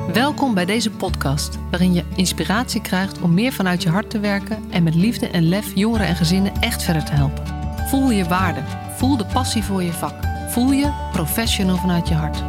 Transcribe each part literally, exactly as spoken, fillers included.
Welkom bij deze podcast, waarin je inspiratie krijgt om meer vanuit je hart te werken en met liefde en lef jongeren en gezinnen echt verder te helpen. Voel je waarde, voel de passie voor je vak, voel je professional vanuit je hart.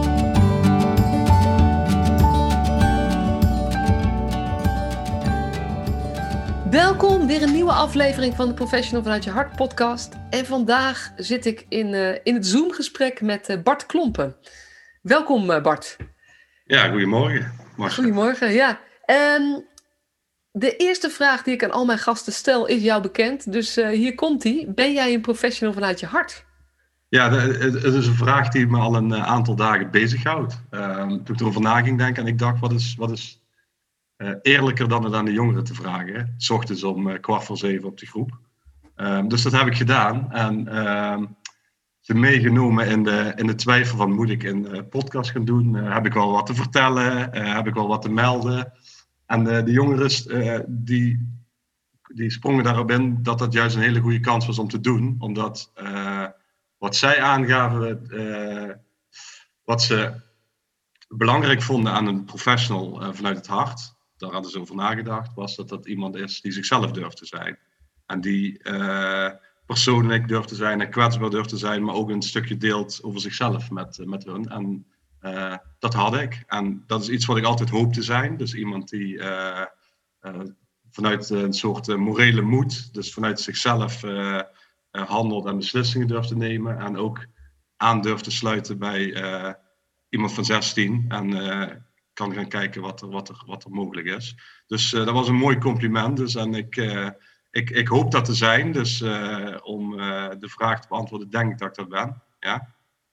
Welkom, weer een nieuwe aflevering van de Professional vanuit je hart podcast. En vandaag zit ik in, uh, in het Zoom-gesprek met uh, Bart Klompen. Welkom uh, Bart. Ja, goedemorgen. Marcia. Goedemorgen, ja. Um, de eerste vraag die ik aan al mijn gasten stel is jou bekend. Dus uh, hier komt die. Ben jij een professional vanuit je hart? Ja, het is een vraag die me al een aantal dagen bezighoudt. Um, toen ik erover na ging denken en ik dacht, wat is, wat is uh, eerlijker dan het aan de jongeren te vragen? Hè? 's Ochtends om uh, kwart voor zeven op de groep. Um, dus dat heb ik gedaan. En um, ze meegenomen in de, in de twijfel van, moet ik een uh, podcast gaan doen? Uh, heb ik wel wat te vertellen? Uh, heb ik wel wat te melden? En uh, de jongeren uh, die, die sprongen daarop in dat dat juist een hele goede kans was om te doen. Omdat uh, wat zij aangaven, uh, wat ze belangrijk vonden aan een professional uh, vanuit het hart, daar hadden ze over nagedacht, was dat dat iemand is die zichzelf durft te zijn. En die uh, persoonlijk durft te zijn en kwetsbaar durft te zijn, maar ook een stukje deelt over zichzelf met, met hun. En uh, dat had ik. En dat is iets wat ik altijd hoop te zijn. Dus iemand die uh, uh, vanuit een soort uh, morele moed, dus vanuit zichzelf uh, uh, handelt en beslissingen durft te nemen. En ook aan durft te sluiten bij uh, iemand van zestien. En uh, kan gaan kijken wat er, wat er, wat er mogelijk is. Dus uh, dat was een mooi compliment. Dus, en ik... Uh, Ik, ik hoop dat te zijn, dus uh, om uh, de vraag te beantwoorden, denk ik dat ik dat ben. Ja.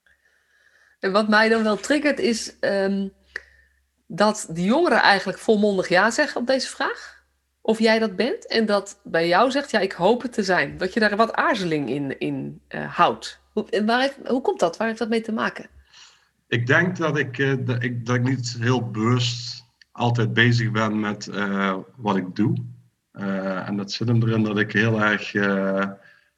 En wat mij dan wel triggert is um, dat de jongeren eigenlijk volmondig ja zeggen op deze vraag. Of jij dat bent. En dat bij jou zegt, ja, ik hoop het te zijn. Dat je daar wat aarzeling in, in uh, houdt. Hoe, waar heeft, hoe komt dat? Waar heeft dat mee te maken? Ik denk dat ik, uh, dat ik, dat ik niet heel bewust altijd bezig ben met uh, wat ik doe. Uh, en dat zit hem erin dat ik heel erg uh,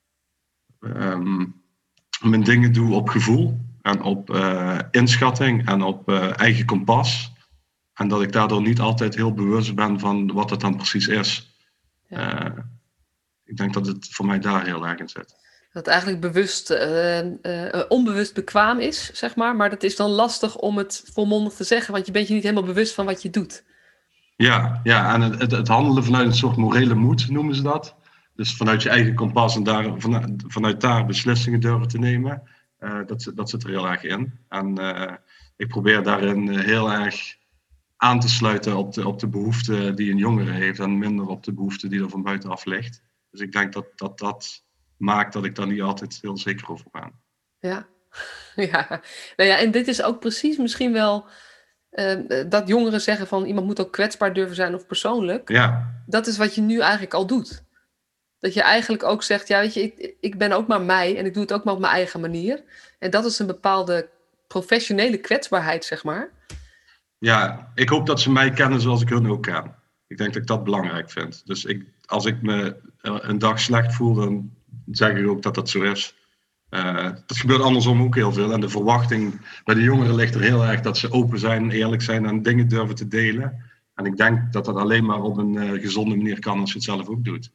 um, mijn dingen doe op gevoel en op uh, inschatting en op uh, eigen kompas. En dat ik daardoor niet altijd heel bewust ben van wat het dan precies is. Ja. Uh, ik denk dat het voor mij daar heel erg in zit. Dat het eigenlijk bewust, uh, uh, onbewust bekwaam is, zeg maar. Maar dat is dan lastig om het volmondig te zeggen, want je bent je niet helemaal bewust van wat je doet. Ja, ja, en het, het, het handelen vanuit een soort morele moed noemen ze dat. Dus vanuit je eigen kompas en daar, vanuit, vanuit daar beslissingen durven te nemen. Uh, dat, dat zit er heel erg in. En uh, ik probeer daarin heel erg aan te sluiten op de, op de behoefte die een jongere heeft. En minder op de behoefte die er van buitenaf ligt. Dus ik denk dat dat, dat maakt dat ik daar niet altijd heel zeker over ben. Ja, ja. Nou ja, en dit is ook precies misschien wel... Uh, dat jongeren zeggen van iemand moet ook kwetsbaar durven zijn of persoonlijk. Ja. Dat is wat je nu eigenlijk al doet. Dat je eigenlijk ook zegt, ja weet je, ik, ik ben ook maar mij en ik doe het ook maar op mijn eigen manier. En dat is een bepaalde professionele kwetsbaarheid, zeg maar. Ja, ik hoop dat ze mij kennen zoals ik hun ook ken. Ik denk dat ik dat belangrijk vind. Dus ik, als ik me een dag slecht voel, dan zeg ik ook dat dat zo is. Uh, dat gebeurt andersom ook heel veel. En de verwachting bij de jongeren ligt er heel erg dat ze open zijn, eerlijk zijn en dingen durven te delen. En ik denk dat dat alleen maar op een uh, gezonde manier kan als je het zelf ook doet.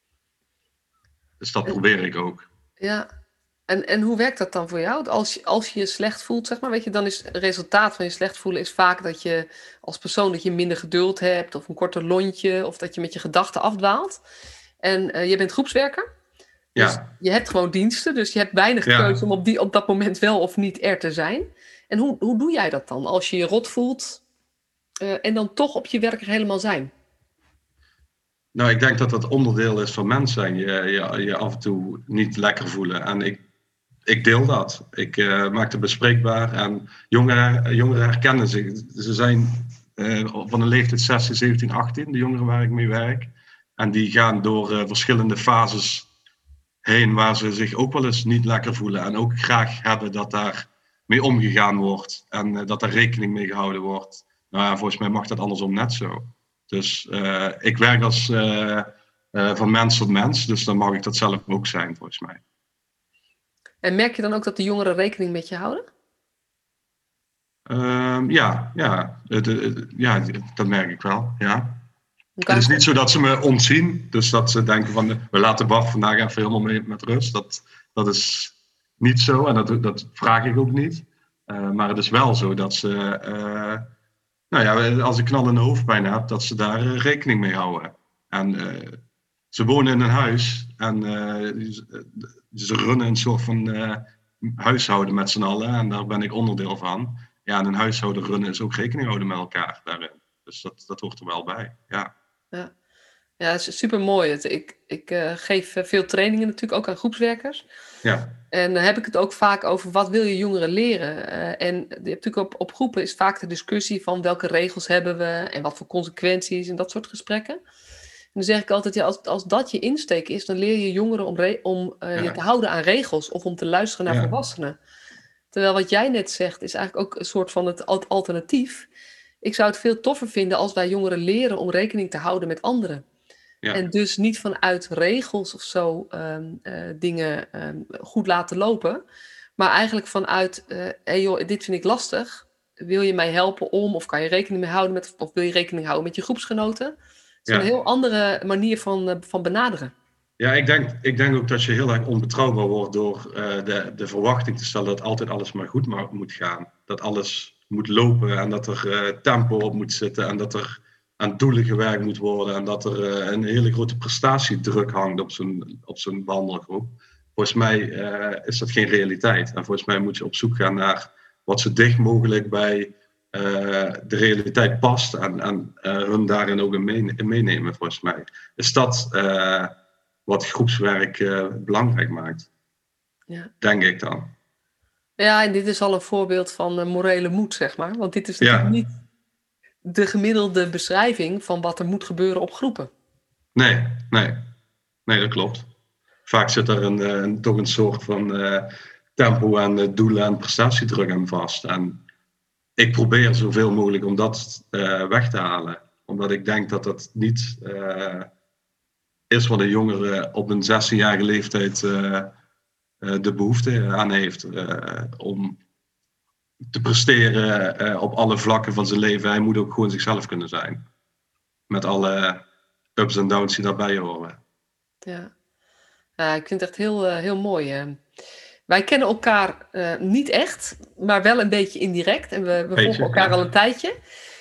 Dus dat en, probeer ik ook. Ja, en, en hoe werkt dat dan voor jou? Als je, als je je slecht voelt, zeg maar, weet je, dan is het resultaat van je slecht voelen is vaak dat je als persoon dat je minder geduld hebt of een korter lontje of dat je met je gedachten afdwaalt. En uh, je bent groepswerker. Dus ja. Je hebt gewoon diensten, dus je hebt weinig ja. keuze om op, die, op dat moment wel of niet er te zijn. En hoe, hoe doe jij dat dan als je je rot voelt uh, en dan toch op je werk er helemaal zijn? Nou, ik denk dat dat onderdeel is van mens zijn. Je, je, je af en toe niet lekker voelen. En ik, ik deel dat. Ik uh, maak het bespreekbaar. En jongeren, jongeren herkennen zich. Ze zijn uh, van de leeftijd zestien, zeventien, achttien, de jongeren waar ik mee werk. En die gaan door uh, verschillende fases heen waar ze zich ook wel eens niet lekker voelen. En ook graag hebben dat daar mee omgegaan wordt. En uh, dat daar rekening mee gehouden wordt. Nou ja, volgens mij mag dat andersom net zo. Dus uh, ik werk als uh, uh, van mens tot mens. Dus dan mag ik dat zelf ook zijn, volgens mij. En merk je dan ook dat de jongeren rekening met je houden? Um, ja, ja, het, het, ja, dat merk ik wel, ja. Okay. Het is niet zo dat ze me ontzien, dus dat ze denken van, we laten Bart vandaag even helemaal mee met rust. Dat, dat is niet zo en dat, dat vraag ik ook niet. Uh, maar het is wel zo dat ze, uh, nou ja, als ik knallende hoofdpijn heb, dat ze daar uh, rekening mee houden. En uh, ze wonen in een huis en uh, ze runnen een soort van uh, huishouden met z'n allen en daar ben ik onderdeel van. Ja, en een huishouden runnen is ook rekening houden met elkaar daarin. Dus dat, dat hoort er wel bij, ja. Ja, ja, het is super mooi. Ik, ik uh, geef veel trainingen natuurlijk ook aan groepswerkers. Ja. En dan heb ik het ook vaak over wat wil je jongeren leren. Uh, en je hebt natuurlijk op, op groepen is vaak de discussie van welke regels hebben we en wat voor consequenties en dat soort gesprekken. En dan zeg ik altijd, ja, als, als dat je insteek is, dan leer je jongeren om, re- om uh, ja. je te houden aan regels of om te luisteren naar ja. volwassenen. Terwijl wat jij net zegt is eigenlijk ook een soort van het alternatief. Ik zou het veel toffer vinden als wij jongeren leren om rekening te houden met anderen. Ja. En dus niet vanuit regels of zo um, uh, dingen um, goed laten lopen. Maar eigenlijk vanuit, uh, hey joh, dit vind ik lastig. Wil je mij helpen om, of kan je rekening mee houden met, of wil je rekening houden met je groepsgenoten? Het is ja. een heel andere manier van, uh, van benaderen. Ja, ik denk, ik denk ook dat je heel erg onbetrouwbaar wordt door uh, de, de verwachting te stellen dat altijd alles maar goed maar moet gaan. Dat alles moet lopen en dat er uh, tempo op moet zitten en dat er aan doelen gewerkt moet worden en dat er uh, een hele grote prestatiedruk hangt op zo'n, op zo'n wandelgroep. Volgens mij uh, is dat geen realiteit. En volgens mij moet je op zoek gaan naar wat zo dicht mogelijk bij uh, de realiteit past en, en uh, hun daarin ook in, mee, in meenemen, volgens mij. Is dat uh, wat groepswerk uh, belangrijk maakt? Ja. Denk ik dan. Ja, en dit is al een voorbeeld van uh, morele moed, zeg maar. Want dit is natuurlijk ja. niet de gemiddelde beschrijving van wat er moet gebeuren op groepen. Nee, nee. Nee, dat klopt. Vaak zit er een, een, toch een soort van uh, tempo en uh, doelen en prestatiedruk aan vast. En ik probeer zoveel mogelijk om dat uh, weg te halen. Omdat ik denk dat dat niet uh, is wat een jongere op een zestienjarige leeftijd uh, uh, de behoefte aan heeft. Uh, om te presteren uh, op alle vlakken van zijn leven. Hij moet ook gewoon zichzelf kunnen zijn. Met alle ups en downs die daarbij horen. Ja, ja ik vind het echt heel, uh, heel mooi. Uh. Wij kennen elkaar uh, niet echt, maar wel een beetje indirect. En we, we beetje, volgen elkaar ja. al een tijdje.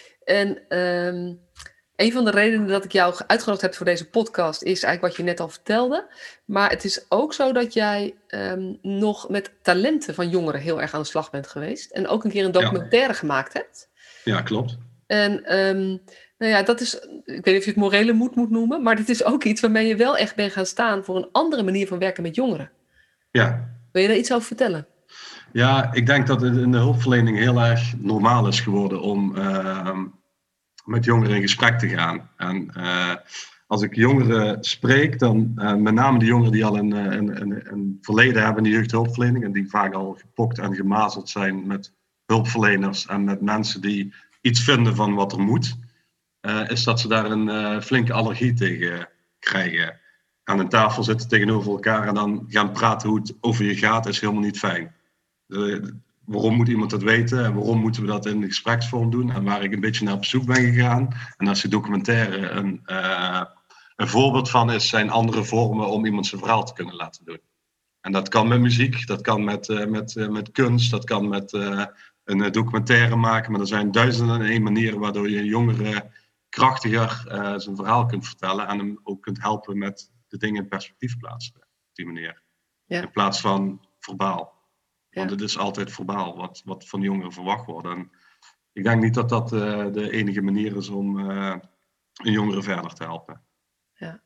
En um, een van de redenen dat ik jou uitgenodigd heb voor deze podcast is eigenlijk wat je net al vertelde. Maar het is ook zo dat jij um, nog met talenten van jongeren heel erg aan de slag bent geweest. En ook een keer een documentaire ja. gemaakt hebt. Ja, klopt. En um, nou ja, dat is, ik weet niet of je het morele moed moet noemen, maar dit is ook iets waarmee je wel echt bent gaan staan voor een andere manier van werken met jongeren. Ja. Wil je daar iets over vertellen? Ja, ik denk dat het in de hulpverlening heel erg normaal is geworden om uh, met jongeren in gesprek te gaan. En uh, als ik jongeren spreek, dan uh, met name de jongeren die al een, een, een, een verleden hebben in de jeugdhulpverlening en die vaak al gepokt en gemazeld zijn met hulpverleners en met mensen die iets vinden van wat er moet, uh, is dat ze daar een uh, flinke allergie tegen krijgen. Aan een tafel zitten tegenover elkaar en dan gaan praten hoe het over je gaat, is helemaal niet fijn. Uh, waarom moet iemand dat weten en waarom moeten we dat in de gespreksvorm doen? En waar ik een beetje naar op zoek ben gegaan, en als die documentaire een, uh, een voorbeeld van is, zijn andere vormen om iemand zijn verhaal te kunnen laten doen. En dat kan met muziek, dat kan met, uh, met, uh, met kunst, dat kan met uh, een documentaire maken, maar er zijn duizenden en één manieren waardoor je een jongere krachtiger uh, zijn verhaal kunt vertellen en hem ook kunt helpen met de dingen in perspectief plaatsen op die manier. Ja. In plaats van verbaal. Want ja. het is altijd verbaal wat, wat van jongeren verwacht wordt. En ik denk niet dat dat uh, de enige manier is om uh, een jongere verder te helpen. Ja,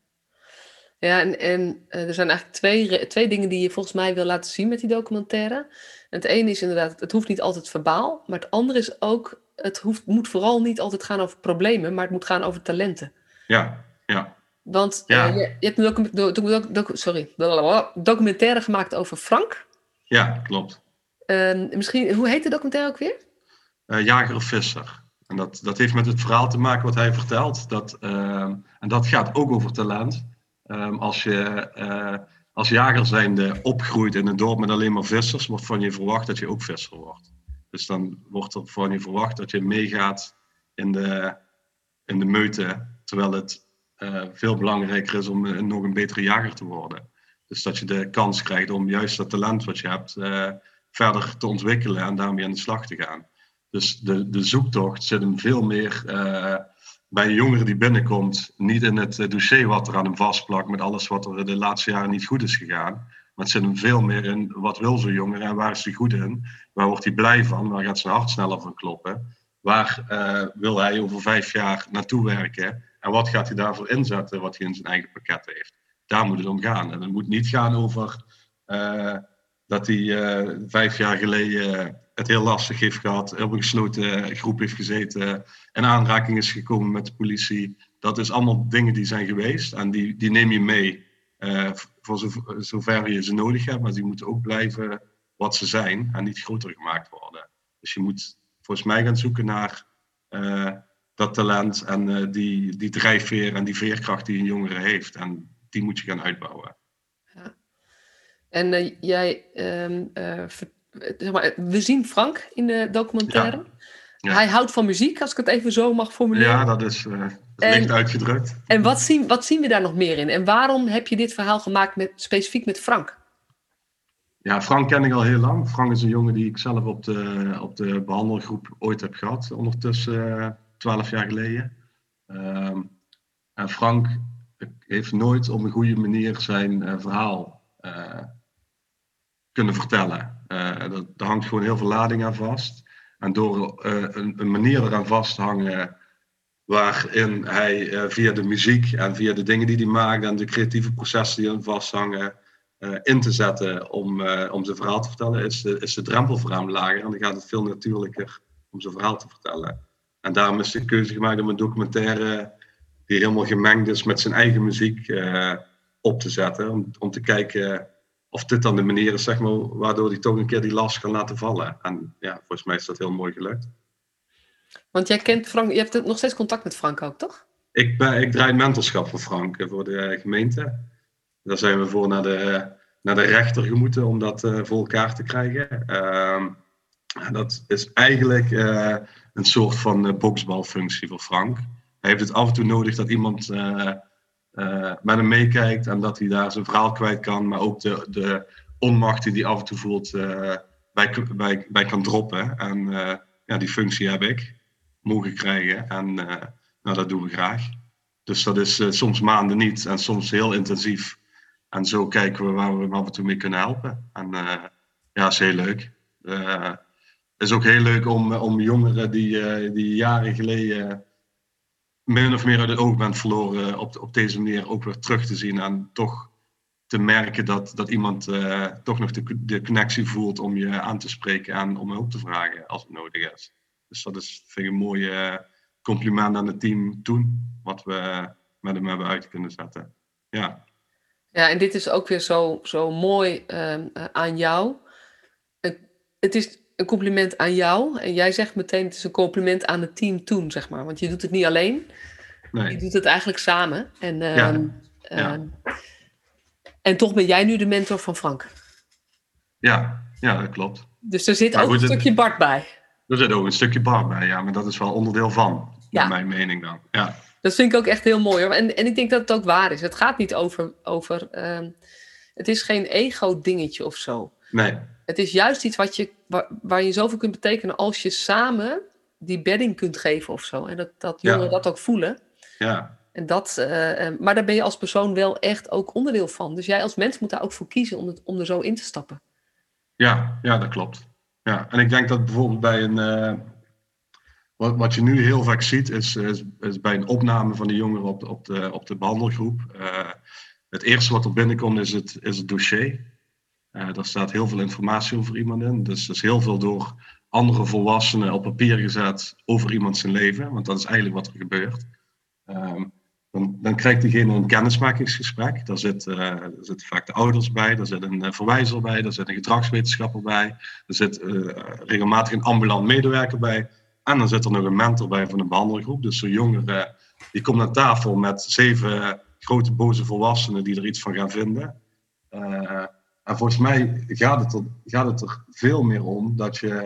ja en, en uh, er zijn eigenlijk twee, twee dingen die je volgens mij wil laten zien met die documentaire. En het ene is inderdaad, het hoeft niet altijd verbaal. Maar het andere is ook, het hoeft, moet vooral niet altijd gaan over problemen, maar het moet gaan over talenten. Ja, ja. Want ja. uh, je, je hebt een docu- docu- docu- sorry, documentaire gemaakt over Frank. Ja, klopt. Uh, misschien, hoe heet de documentaire ook weer? Uh, Jager of Visser. En dat, dat heeft met het verhaal te maken wat hij vertelt. Dat, uh, en dat gaat ook over talent. Um, als je uh, als jager zijnde opgroeit in een dorp met alleen maar vissers, wordt van je verwacht dat je ook visser wordt. Dus dan wordt er van je verwacht dat je meegaat in de, in de meute, terwijl het uh, veel belangrijker is om een, nog een betere jager te worden. Dus dat je de kans krijgt om juist dat talent wat je hebt uh, verder te ontwikkelen en daarmee aan de slag te gaan. Dus de, de zoektocht zit hem veel meer uh, bij een jongere die binnenkomt, niet in het dossier wat er aan hem vastplakt met alles wat er de laatste jaren niet goed is gegaan. Maar het zit hem veel meer in wat wil zo'n jongere en waar is hij goed in? Waar wordt hij blij van? Waar gaat zijn hart sneller van kloppen? Waar uh, wil hij over vijf jaar naartoe werken? En wat gaat hij daarvoor inzetten wat hij in zijn eigen pakket heeft? Daar moet het om gaan. En het moet niet gaan over uh, dat hij uh, vijf jaar geleden het heel lastig heeft gehad, op een gesloten groep heeft gezeten, in aanraking is gekomen met de politie. Dat is allemaal dingen die zijn geweest en die, die neem je mee uh, voor zo, zover je ze nodig hebt, maar die moeten ook blijven wat ze zijn en niet groter gemaakt worden. Dus je moet volgens mij gaan zoeken naar uh, dat talent en uh, die, die drijfveer en die veerkracht die een jongere heeft. En die moet je gaan uitbouwen. Ja. En uh, jij, um, uh, ver, zeg maar, we zien Frank in de documentaire. Ja. Ja. Hij houdt van muziek, als ik het even zo mag formuleren. Ja, dat is, uh, dat is licht uitgedrukt. En wat zien, wat zien we daar nog meer in? En waarom heb je dit verhaal gemaakt met, specifiek met Frank? Ja, Frank ken ik al heel lang. Frank is een jongen die ik zelf op de, op de behandelgroep ooit heb gehad. Ondertussen twaalf uh, jaar geleden. Um, en Frank heeft nooit op een goede manier zijn uh, verhaal uh, kunnen vertellen. Uh, dat, daar hangt gewoon heel veel lading aan vast. En door uh, een, een manier eraan vast te hangen waarin hij uh, via de muziek en via de dingen die hij maakt en de creatieve processen die aan vasthangen uh, in te zetten om, uh, om zijn verhaal te vertellen, is de, is de drempel voor hem lager. En dan gaat het veel natuurlijker om zijn verhaal te vertellen. En daarom is de keuze gemaakt om een documentaire die helemaal gemengd is met zijn eigen muziek uh, op te zetten. Om, om te kijken of dit dan de manier is, zeg maar, waardoor hij toch een keer die last kan laten vallen. En ja, volgens mij is dat heel mooi gelukt. Want jij kent Frank, je hebt nog steeds contact met Frank ook, toch? Ik, ben, ik draai mentorschap voor Frank, voor de gemeente. Daar zijn we voor naar de, naar de rechter gemoeten om dat uh, voor elkaar te krijgen. Uh, dat is eigenlijk uh, een soort van uh, boksbalfunctie voor Frank. Hij heeft het af en toe nodig dat iemand uh, uh, met hem meekijkt en dat hij daar zijn verhaal kwijt kan, maar ook de, de onmacht die hij af en toe voelt uh, bij, bij, bij kan droppen. En uh, ja, die functie heb ik mogen krijgen en uh, nou, dat doen we graag. Dus dat is uh, soms maanden niet en soms heel intensief. En zo kijken we waar we hem af en toe mee kunnen helpen. En uh, ja, is heel leuk. Uh, het is ook heel leuk om, om jongeren die, uh, die jaren geleden min of meer uit het oog bent verloren op, op deze manier ook weer terug te zien. En toch te merken dat, dat iemand uh, toch nog de, de connectie voelt om je aan te spreken en om hulp te vragen als het nodig is. Dus dat is, vind ik, een mooie compliment aan het team toen, wat we met hem hebben uit kunnen zetten. Ja. Ja, en dit is ook weer zo, zo mooi uh, aan jou. Het, het is een compliment aan jou. En jij zegt meteen, het is een compliment aan het team toen, zeg maar. Want je doet het niet alleen. Nee. Je doet het eigenlijk samen. En, uh, ja. Uh, ja. en toch ben jij nu de mentor van Frank. Ja, ja, dat klopt. Dus er zit maar ook goed, een stukje het, Bart bij. Er zit ook een stukje Bart bij, ja. Maar dat is wel onderdeel van, ja. Naar mijn mening dan. Ja. Dat vind ik ook echt heel mooi. Hoor. En, en ik denk dat het ook waar is. Het gaat niet over... over uh, het is geen ego-dingetje of zo. Nee. Het is juist iets wat je, waar, waar je zoveel kunt betekenen als je samen die bedding kunt geven of zo. En dat, dat jongeren ja. dat ook voelen. Ja. En dat, uh, uh, maar daar ben je als persoon wel echt ook onderdeel van. Dus jij als mens moet daar ook voor kiezen om, het, om er zo in te stappen. Ja, ja, dat klopt. Ja. En ik denk dat bijvoorbeeld bij een... Uh, wat, wat je nu heel vaak ziet, is, is, is bij een opname van de jongeren op de, op de, op de behandelgroep. Uh, het eerste wat er binnenkomt is het, is het dossier. Uh, daar staat heel veel informatie over iemand in. Dus er is heel veel door andere volwassenen op papier gezet over iemand zijn leven. Want dat is eigenlijk wat er gebeurt. Um, dan, dan krijgt diegene een kennismakingsgesprek. Daar zit, uh, daar zitten vaak de ouders bij. Daar zit een uh, verwijzer bij. Daar zit een gedragswetenschapper bij. Er zit uh, regelmatig een ambulant medewerker bij. En dan zit er nog een mentor bij van een behandelgroep. Dus zo'n jongere die komt aan tafel met zeven grote boze volwassenen die er iets van gaan vinden. Uh, En volgens mij gaat het, er, gaat het er veel meer om dat je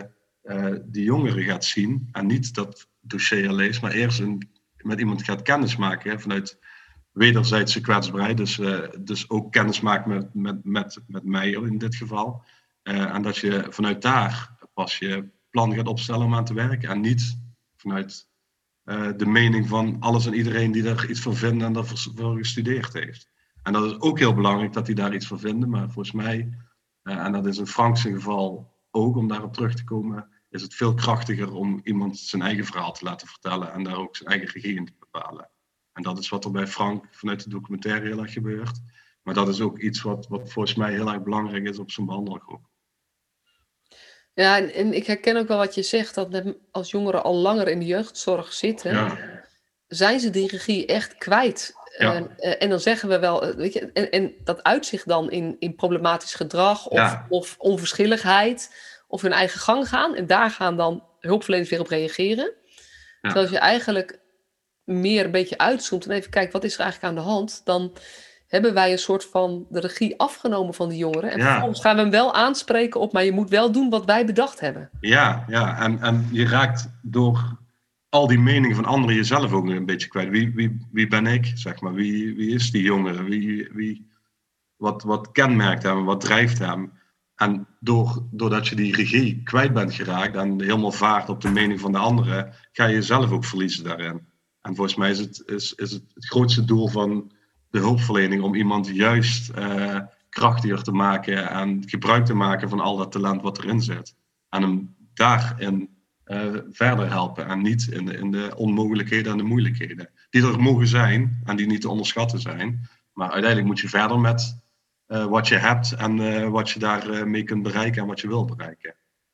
uh, die jongeren gaat zien en niet dat dossier leest, maar eerst een, met iemand gaat kennismaken hè, vanuit wederzijdse kwetsbaarheid. Dus, uh, dus ook kennis maakt met, met, met, met mij in dit geval. Uh, en dat je vanuit daar pas je plan gaat opstellen om aan te werken en niet vanuit uh, de mening van alles en iedereen die er iets van vindt en daarvoor gestudeerd heeft. En dat is ook heel belangrijk dat die daar iets van vinden, maar volgens mij, uh, en dat is in Frank's geval ook, om daarop terug te komen, is het veel krachtiger om iemand zijn eigen verhaal te laten vertellen en daar ook zijn eigen regie in te bepalen. En dat is wat er bij Frank vanuit de documentaire heel erg gebeurt. Maar dat is ook iets wat, wat volgens mij heel erg belangrijk is op zo'n behandelgroep. Ja, en, en ik herken ook wel wat je zegt, dat als jongeren al langer in de jeugdzorg zitten, ja. zijn ze die regie echt kwijt. Ja. Uh, uh, en dan zeggen we wel, uh, weet je, en, en dat uitzicht dan in, in problematisch gedrag of, ja. of onverschilligheid of hun eigen gang gaan. En daar gaan dan hulpverleners weer op reageren. Ja. Terwijl als je eigenlijk meer een beetje uitzoomt en even kijkt, wat is er eigenlijk aan de hand, dan hebben wij een soort van de regie afgenomen van die jongeren. En ja. vervolgens gaan we hem wel aanspreken op, maar je moet wel doen wat wij bedacht hebben. Ja, ja. En, en je raakt door al die meningen van anderen jezelf ook een beetje kwijt. Wie, wie, wie ben ik, zeg maar? Wie, wie is die jongere? Wie, wie, wat, wat kenmerkt hem? Wat drijft hem? En door, doordat je die regie kwijt bent geraakt en helemaal vaart op de mening van de anderen, ga je jezelf ook verliezen daarin. En volgens mij is het, is, is het, het grootste doel van de hulpverlening om iemand juist uh, krachtiger te maken en gebruik te maken van al dat talent wat erin zit. En hem daarin uh, verder helpen en niet in de, in de onmogelijkheden en de moeilijkheden. Die er mogen zijn en die niet te onderschatten zijn. Maar uiteindelijk moet je verder met uh, wat je hebt en uh, wat je daarmee uh, mee kunt bereiken en wat je wil bereiken.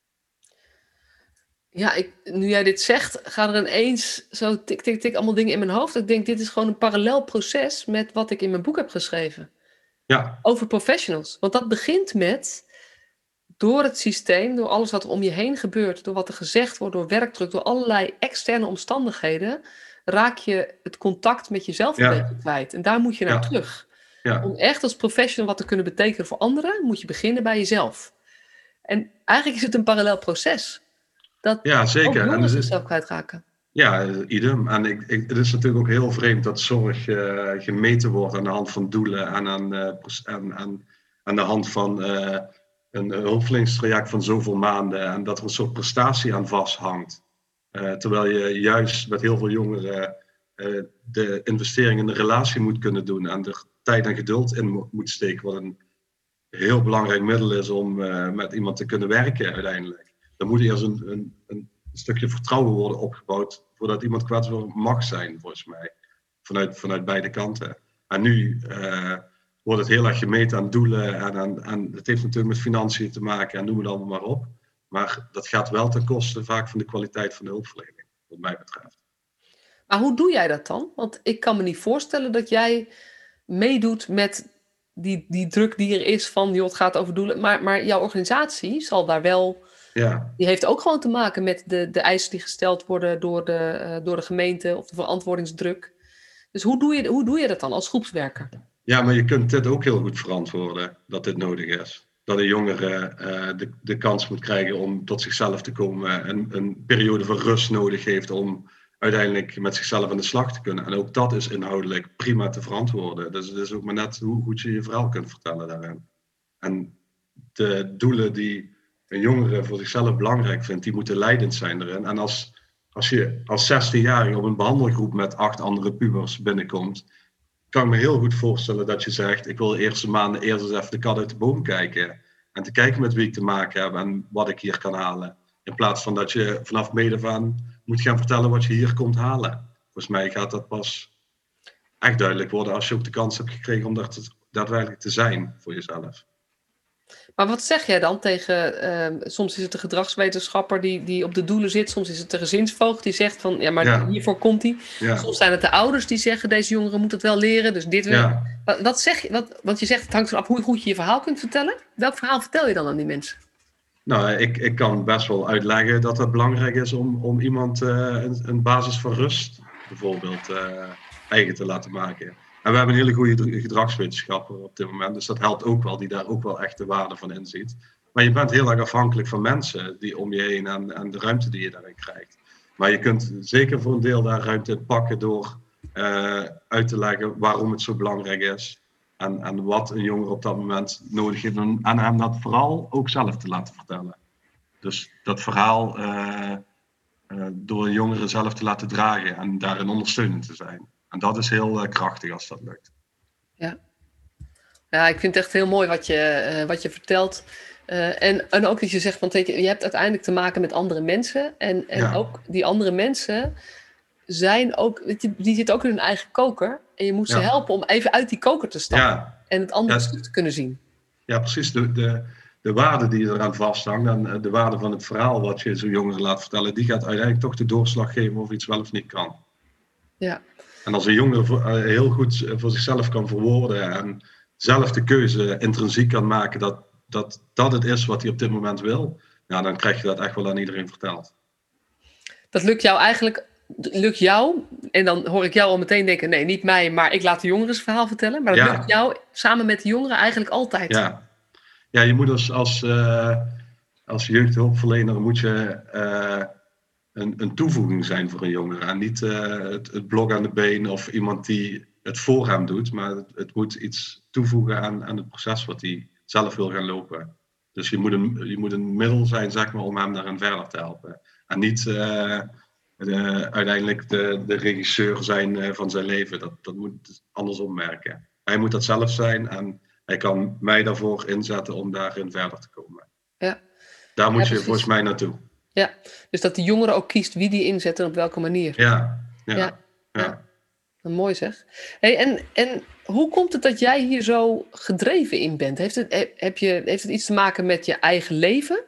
Ja, ik, nu jij dit zegt, gaan er ineens zo tik, tik, tik allemaal dingen in mijn hoofd. Ik denk, dit is gewoon een parallel proces met wat ik in mijn boek heb geschreven. Ja. Over professionals. Want dat begint met, door het systeem, door alles wat er om je heen gebeurt, door wat er gezegd wordt, door werkdruk, door allerlei externe omstandigheden, raak je het contact met jezelf een ja. beetje kwijt. En daar moet je naar ja. terug. Ja. Om echt als professional wat te kunnen betekenen voor anderen, moet je beginnen bij jezelf. En eigenlijk is het een parallel proces. Dat ja, zeker. ook jongeren zichzelf kwijtraken. Ja, idem. En ik, ik, het is natuurlijk ook heel vreemd dat zorg uh, gemeten wordt aan de hand van doelen en aan, uh, aan, aan, aan de hand van uh, een hulpverleningstraject van zoveel maanden en dat er een soort prestatie aan vasthangt. Uh, terwijl je juist met heel veel jongeren uh, de investering in de relatie moet kunnen doen en er tijd en geduld in moet steken, wat een heel belangrijk middel is om uh, met iemand te kunnen werken uiteindelijk. Dan moet eerst een, een, een stukje vertrouwen worden opgebouwd voordat iemand kwetsbaar mag zijn, volgens mij. Vanuit, vanuit beide kanten. En nu uh, wordt het heel erg gemeten aan doelen en, aan, en het heeft natuurlijk met financiën te maken en noem het allemaal maar op. Maar dat gaat wel ten koste vaak van de kwaliteit van de hulpverlening, wat mij betreft. Maar hoe doe jij dat dan? Want ik kan me niet voorstellen dat jij meedoet met die, die druk die er is van, joh, het gaat over doelen. Maar, maar jouw organisatie zal daar wel... Ja. Die heeft ook gewoon te maken met de, de eisen die gesteld worden door de, uh, door de gemeente of de verantwoordingsdruk. Dus hoe doe, je, hoe doe je dat dan als groepswerker? Ja, maar je kunt dit ook heel goed verantwoorden, dat dit nodig is. Dat een jongere uh, de, de kans moet krijgen om tot zichzelf te komen en een periode van rust nodig heeft om uiteindelijk met zichzelf aan de slag te kunnen. En ook dat is inhoudelijk prima te verantwoorden. Dus het is ook maar net hoe goed je je verhaal kunt vertellen daarin. En de doelen die een jongere voor zichzelf belangrijk vindt, die moeten leidend zijn erin. En als, als je als zestienjarige op een behandelgroep met acht andere pubers binnenkomt, kan ik me heel goed voorstellen dat je zegt, ik wil de eerste maanden eerst eens even de kat uit de boom kijken. En te kijken met wie ik te maken heb en wat ik hier kan halen. In plaats van dat je vanaf meet af aan moet gaan vertellen wat je hier komt halen. Volgens mij gaat dat pas echt duidelijk worden als je ook de kans hebt gekregen om dat daadwerkelijk te zijn voor jezelf. Maar wat zeg jij dan tegen, uh, soms is het de gedragswetenschapper die, die op de doelen zit, soms is het de gezinsvoogd die zegt van, ja, maar ja. hiervoor komt hij. Ja. Soms zijn het de ouders die zeggen, deze jongeren moeten het wel leren, dus dit wil. Ja. Wat, wat zeg je, wat, want je zegt, het hangt ervan af hoe goed je je verhaal kunt vertellen. Welk verhaal vertel je dan aan die mensen? Nou, ik, ik kan best wel uitleggen dat het belangrijk is om, om iemand uh, een, een basis van rust bijvoorbeeld uh, eigen te laten maken. En we hebben een hele goede gedragswetenschapper op dit moment, dus dat helpt ook wel, die daar ook wel echt de waarde van inziet. Maar je bent heel erg afhankelijk van mensen die om je heen en, en de ruimte die je daarin krijgt. Maar je kunt zeker voor een deel daar ruimte pakken door uh, uit te leggen waarom het zo belangrijk is. En, en wat een jongere op dat moment nodig heeft. En hem dat vooral ook zelf te laten vertellen. Dus dat verhaal uh, uh, door een jongere zelf te laten dragen en daarin ondersteunend te zijn. En dat is heel uh, krachtig als dat lukt. Ja. Ja, ik vind het echt heel mooi wat je, uh, wat je vertelt. Uh, en, en ook dat je zegt, want je, je hebt uiteindelijk te maken met andere mensen. En, en ja. ook die andere mensen zijn ook, die zitten ook in hun eigen koker. En je moet ze ja. helpen om even uit die koker te stappen. Ja. En het andere ja. stuk te kunnen zien. Ja, precies. De, de, de waarde die eraan vasthangt en de waarde van het verhaal wat je zo'n jongere laat vertellen, die gaat uiteindelijk toch de doorslag geven of iets wel of niet kan. Ja. En als een jongere heel goed voor zichzelf kan verwoorden en zelf de keuze intrinsiek kan maken dat dat, dat het is wat hij op dit moment wil, ja, dan krijg je dat echt wel aan iedereen verteld. Dat lukt jou eigenlijk, lukt jou, en dan hoor ik jou al meteen denken, nee, niet mij, maar ik laat de jongeren zijn verhaal vertellen, maar dat ja. lukt jou samen met de jongeren eigenlijk altijd. Ja, ja je moet als, als, uh, als jeugdhulpverlener moet je uh, een, een toevoeging zijn voor een jongere en niet uh, het, het blok aan de been of iemand die het voor hem doet, maar het, het moet iets toevoegen aan, aan het proces wat hij zelf wil gaan lopen. Dus je moet, een, je moet een middel zijn, zeg maar, om hem daarin verder te helpen. En niet uh, de, uiteindelijk de, de regisseur zijn uh, van zijn leven. Dat, dat moet andersom merken. Hij moet dat zelf zijn en hij kan mij daarvoor inzetten om daarin verder te komen. Ja. Daar moet ja, je volgens mij naartoe. Ja, dus dat de jongere ook kiest wie die inzet en op welke manier. Ja, ja, ja. ja. ja. Mooi zeg. Hey, en, en hoe komt het dat jij hier zo gedreven in bent? Heeft het, heb je, heeft het iets te maken met je eigen leven?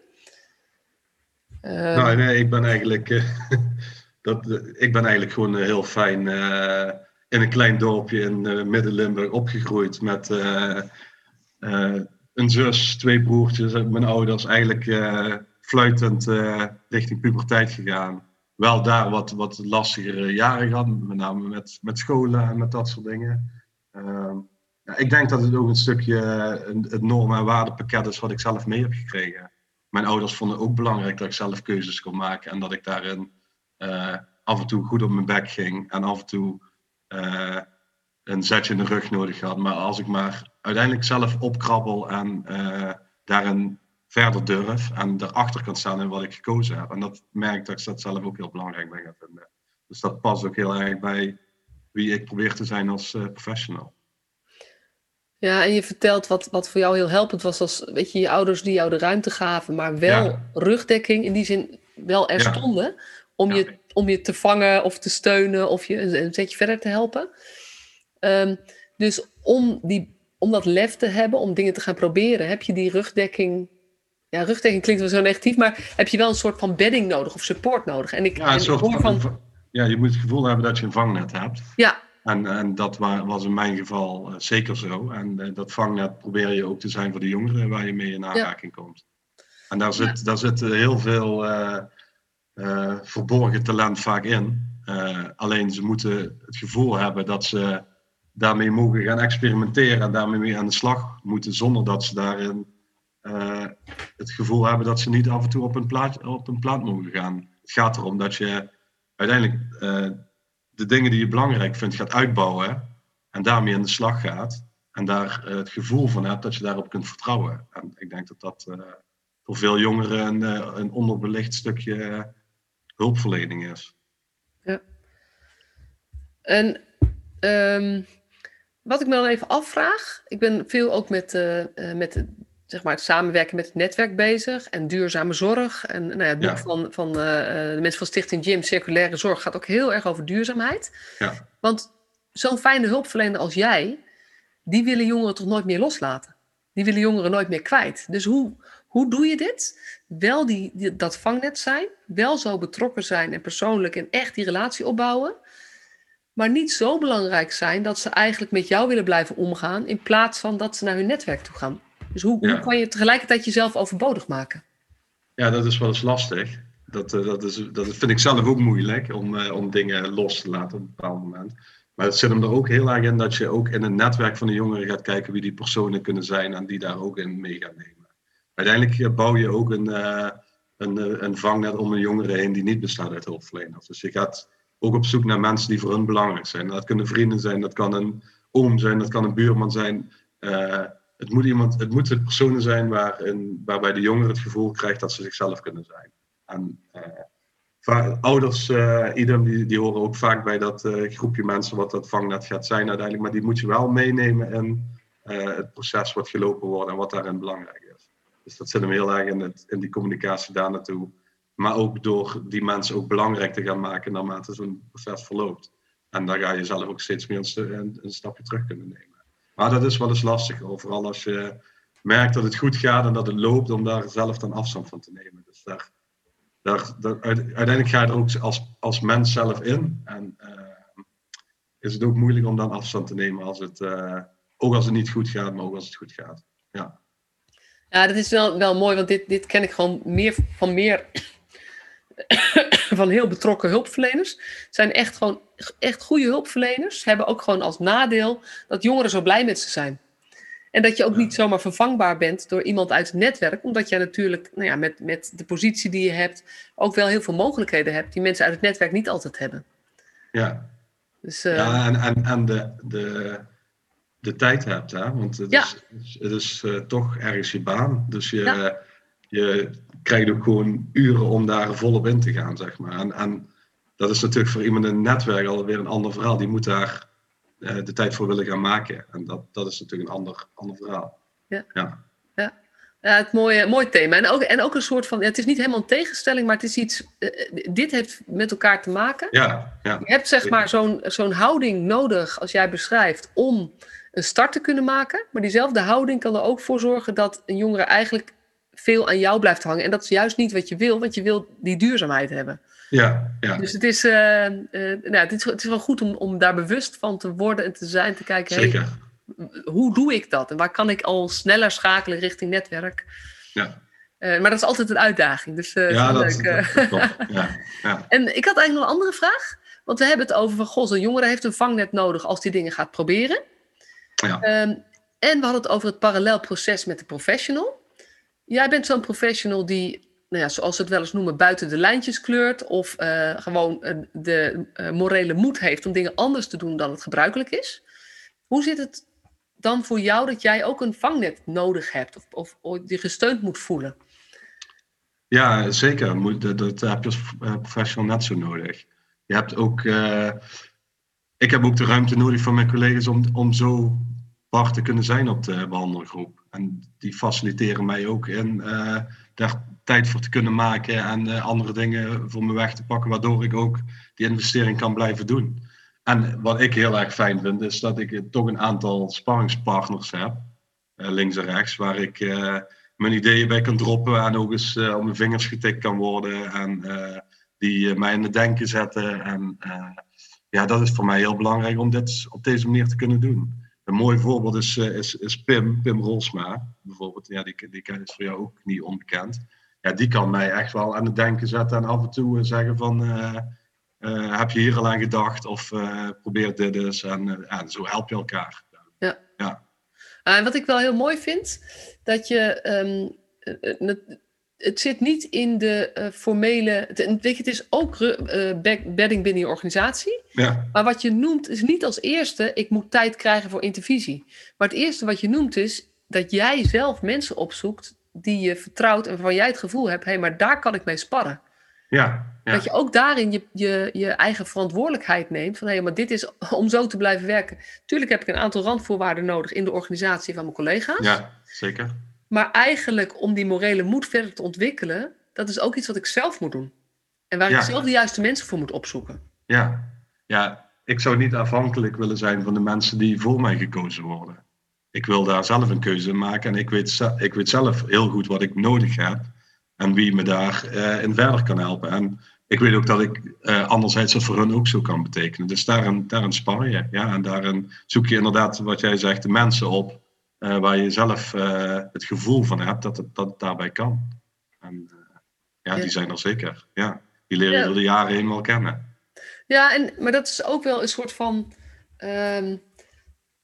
Uh... Nou, nee, ik ben eigenlijk, uh, dat, uh, ik ben eigenlijk gewoon uh, heel fijn uh, in een klein dorpje in uh, Midden-Limburg opgegroeid met uh, uh, een zus, twee broertjes, mijn ouders, eigenlijk uh, fluitend uh, richting puberteit gegaan. Wel daar wat, wat lastigere jaren gehad, met name met, met scholen en met dat soort dingen. Uh, ja, ik denk dat het ook een stukje een, het normen- en waardepakket is wat ik zelf mee heb gekregen. Mijn ouders vonden ook belangrijk dat ik zelf keuzes kon maken en dat ik daarin uh, af en toe goed op mijn bek ging en af en toe uh, een zetje in de rug nodig had. Maar als ik maar uiteindelijk zelf opkrabbel en uh, daarin verder durf en erachter kan staan in wat ik gekozen heb. En dat merk ik dat ik dat zelf ook heel belangrijk ben gaan vinden. Dus dat past ook heel erg bij wie ik probeer te zijn als uh, professional. Ja, en je vertelt wat, wat voor jou heel helpend was als, weet je, je ouders die jou de ruimte gaven, maar wel ja. rugdekking, in die zin wel er ja. stonden, om, ja. je, om je te vangen of te steunen of je een, een zetje verder te helpen. Um, dus om, die, om dat lef te hebben, om dingen te gaan proberen, heb je die rugdekking. Ja, rugdekking klinkt wel zo negatief, maar heb je wel een soort van bedding nodig of support nodig? En ik, ja, en ik hoor van, van, ja, je moet het gevoel hebben dat je een vangnet hebt. Ja. En, en dat was in mijn geval uh, zeker zo. En uh, dat vangnet probeer je ook te zijn voor de jongeren waar je mee in aanraking ja. komt. En daar zit, ja. daar zit heel veel uh, uh, verborgen talent vaak in. Uh, alleen ze moeten het gevoel hebben dat ze daarmee mogen gaan experimenteren en daarmee mee aan de slag moeten, zonder dat ze daarin uh, het gevoel hebben dat ze niet af en toe op een plaat, op een plaat mogen gaan. Het gaat erom dat je uiteindelijk uh, de dingen die je belangrijk vindt gaat uitbouwen en daarmee aan de slag gaat en daar uh, het gevoel van hebt dat je daarop kunt vertrouwen. En ik denk dat dat uh, voor veel jongeren een, uh, een onderbelicht stukje uh, hulpverlening is. Ja. En um, wat ik me dan even afvraag, ik ben veel ook met, uh, uh, met de, zeg maar het samenwerken met het netwerk bezig en duurzame zorg. En nou ja, het boek ja. van, van uh, de mensen van Stichting Jim, Circulaire Zorg, gaat ook heel erg over duurzaamheid. Ja. Want zo'n fijne hulpverlener als jij, die willen jongeren toch nooit meer loslaten. Die willen jongeren nooit meer kwijt. Dus hoe, hoe doe je dit? Wel die, die, dat vangnet zijn, wel zo betrokken zijn en persoonlijk en echt die relatie opbouwen. Maar niet zo belangrijk zijn dat ze eigenlijk met jou willen blijven omgaan in plaats van dat ze naar hun netwerk toe gaan. Dus hoe, ja. hoe kan je tegelijkertijd jezelf overbodig maken? Ja, dat is wel eens lastig. Dat, uh, dat, is, dat vind ik zelf ook moeilijk om, uh, om dingen los te laten op een bepaald moment. Maar het zit hem er ook heel erg in dat je ook in een netwerk van de jongeren gaat kijken wie die personen kunnen zijn en die daar ook in mee gaan nemen. uiteindelijk bouw je ook een, uh, een, uh, een vangnet om een jongere heen die niet bestaat uit hulpverleners. Dus je gaat ook op zoek naar mensen die voor hun belangrijk zijn. Dat kunnen vrienden zijn, dat kan een oom zijn, dat kan een buurman zijn. Uh, het, moet iemand, het moeten personen zijn waarin, waarbij de jongere het gevoel krijgt dat ze zichzelf kunnen zijn. En, uh, va- ouders, uh, idem, die, die horen ook vaak bij dat uh, groepje mensen wat dat vangnet gaat zijn uiteindelijk. Maar die moet je wel meenemen in uh, het proces wat gelopen wordt en wat daarin belangrijk is. Dus dat zit hem heel erg in, het, in die communicatie daar naartoe. Maar ook door die mensen ook belangrijk te gaan maken naarmate zo'n proces verloopt. En daar ga je zelf ook steeds meer een, een, een stapje terug kunnen nemen. Maar dat is wel eens lastig, vooral als je merkt dat het goed gaat en dat het loopt, om daar zelf dan afstand van te nemen. Dus daar, daar, daar, uiteindelijk ga je er ook als, als mens zelf in. En uh, is het ook moeilijk om dan afstand te nemen, als het, uh, ook als het niet goed gaat, maar ook als het goed gaat. Ja, ja dat is wel, wel mooi, want dit, dit ken ik gewoon meer van meer... van heel betrokken hulpverleners. Het zijn echt gewoon echt goede hulpverleners. Hebben ook gewoon als nadeel dat jongeren zo blij met ze zijn. En dat je ook ja. niet zomaar vervangbaar bent door iemand uit het netwerk. Omdat je natuurlijk nou ja, met, met de positie die je hebt ook wel heel veel mogelijkheden hebt die mensen uit het netwerk niet altijd hebben. Ja, dus, uh, ja en, en, en de, de, de tijd hebt. Hè? Want het ja. is, het is uh, toch ergens je baan. Dus je... Ja. Je krijgt ook gewoon uren om daar volop in te gaan, zeg maar. En, en dat is natuurlijk voor iemand in het netwerk alweer een ander verhaal. Die moet daar uh, de tijd voor willen gaan maken. En dat, dat is natuurlijk een ander, ander verhaal. Ja, ja. ja. ja het mooie, mooi thema. En ook, en ook een soort van, ja, het is niet helemaal een tegenstelling, maar het is iets, uh, dit heeft met elkaar te maken. Ja, ja. Je hebt zeg maar zo'n, zo'n houding nodig, als jij beschrijft, om een start te kunnen maken. Maar diezelfde houding kan er ook voor zorgen dat een jongere eigenlijk veel aan jou blijft hangen. En dat is juist niet wat je wil, want je wil die duurzaamheid hebben. Ja, ja. Dus het is, uh, uh, nou, het is, het is wel goed om, om daar bewust van te worden en te zijn, te kijken, Zeker. Hey, hoe doe ik dat? En waar kan ik al sneller schakelen richting netwerk? Ja. Uh, maar dat is altijd een uitdaging. Dus, uh, ja, dat, dat, leuk. dat, dat klopt. Ja, ja. En ik had eigenlijk nog een andere vraag. Want we hebben het over van, goh, zo'n jongere heeft een vangnet nodig als die dingen gaat proberen. Ja. Um, en we hadden het over het parallel proces met de professional. Jij bent zo'n professional die, nou ja, zoals ze het wel eens noemen, buiten de lijntjes kleurt. Of uh, gewoon uh, de uh, morele moed heeft om dingen anders te doen dan het gebruikelijk is. Hoe zit het dan voor jou dat jij ook een vangnet nodig hebt? Of, of, of je gesteund moet voelen? Ja, zeker. Moet, dat, dat heb je als professional net zo nodig. Je hebt ook... Uh, ik heb ook de ruimte nodig van mijn collega's om, om zo part te kunnen zijn op de behandelgroep. En die faciliteren mij ook in uh, daar tijd voor te kunnen maken en uh, andere dingen voor me weg te pakken, waardoor ik ook die investering kan blijven doen. En wat ik heel erg fijn vind, is dat ik toch een aantal sparringspartners heb, uh, links en rechts, waar ik uh, mijn ideeën bij kan droppen en ook eens uh, op mijn vingers getikt kan worden en uh, die uh, mij in het denken zetten. En uh, ja, dat is voor mij heel belangrijk om dit op deze manier te kunnen doen. Een mooi voorbeeld is, is, is Pim, Pim Rolsma, bijvoorbeeld. Ja, die, die is voor jou ook niet onbekend. Ja, die kan mij echt wel aan het denken zetten en af en toe zeggen van... Uh, uh, heb je hier al aan gedacht? Of uh, probeer dit eens. En uh, ja, zo help je elkaar. Ja. Ja. En uh, wat ik wel heel mooi vind, dat je... Um, het, het zit niet in de uh, formele... Het, weet je, het is ook uh, bedding binnen je organisatie. Ja. Maar wat je noemt is niet als eerste... ik moet tijd krijgen voor intervisie. Maar het eerste wat je noemt is... dat jij zelf mensen opzoekt... die je vertrouwt en waarvan jij het gevoel hebt... hé, hey, maar daar kan ik mee sparren. Ja. Ja. Dat je ook daarin je, je, je eigen verantwoordelijkheid neemt. Van hé, hey, maar dit is om zo te blijven werken. Tuurlijk heb ik een aantal randvoorwaarden nodig... in de organisatie van mijn collega's. Ja, zeker. Maar eigenlijk om die morele moed verder te ontwikkelen... dat is ook iets wat ik zelf moet doen. En waar ja. ik zelf de juiste mensen voor moet opzoeken. Ja. ja, ik zou niet afhankelijk willen zijn van de mensen die voor mij gekozen worden. Ik wil daar zelf een keuze in maken. En ik weet, ik weet zelf heel goed wat ik nodig heb. En wie me daarin uh, in verder kan helpen. En ik weet ook dat ik uh, anderzijds dat voor hun ook zo kan betekenen. Dus daarin, daarin spar je. Ja? En daarin zoek je inderdaad, wat jij zegt, de mensen op... Uh, waar je zelf uh, het gevoel van hebt dat het, dat het daarbij kan. En uh, ja, ja, die zijn er zeker. Ja, die leren je ja. door de jaren heen wel kennen. Ja, en, maar dat is ook wel een soort van... Um,